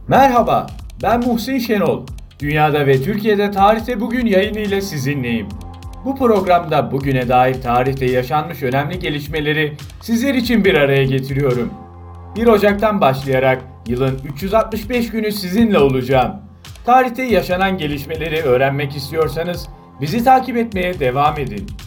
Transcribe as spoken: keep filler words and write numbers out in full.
Merhaba, ben Muhsin Şenol. Dünyada ve Türkiye'de tarihte bugün yayını ile sizinleyim. Bu programda bugüne dair tarihte yaşanmış önemli gelişmeleri sizler için bir araya getiriyorum. bir Ocak'tan başlayarak yılın üç yüz altmış beş günü sizinle olacağım. Tarihte yaşanan gelişmeleri öğrenmek istiyorsanız bizi takip etmeye devam edin.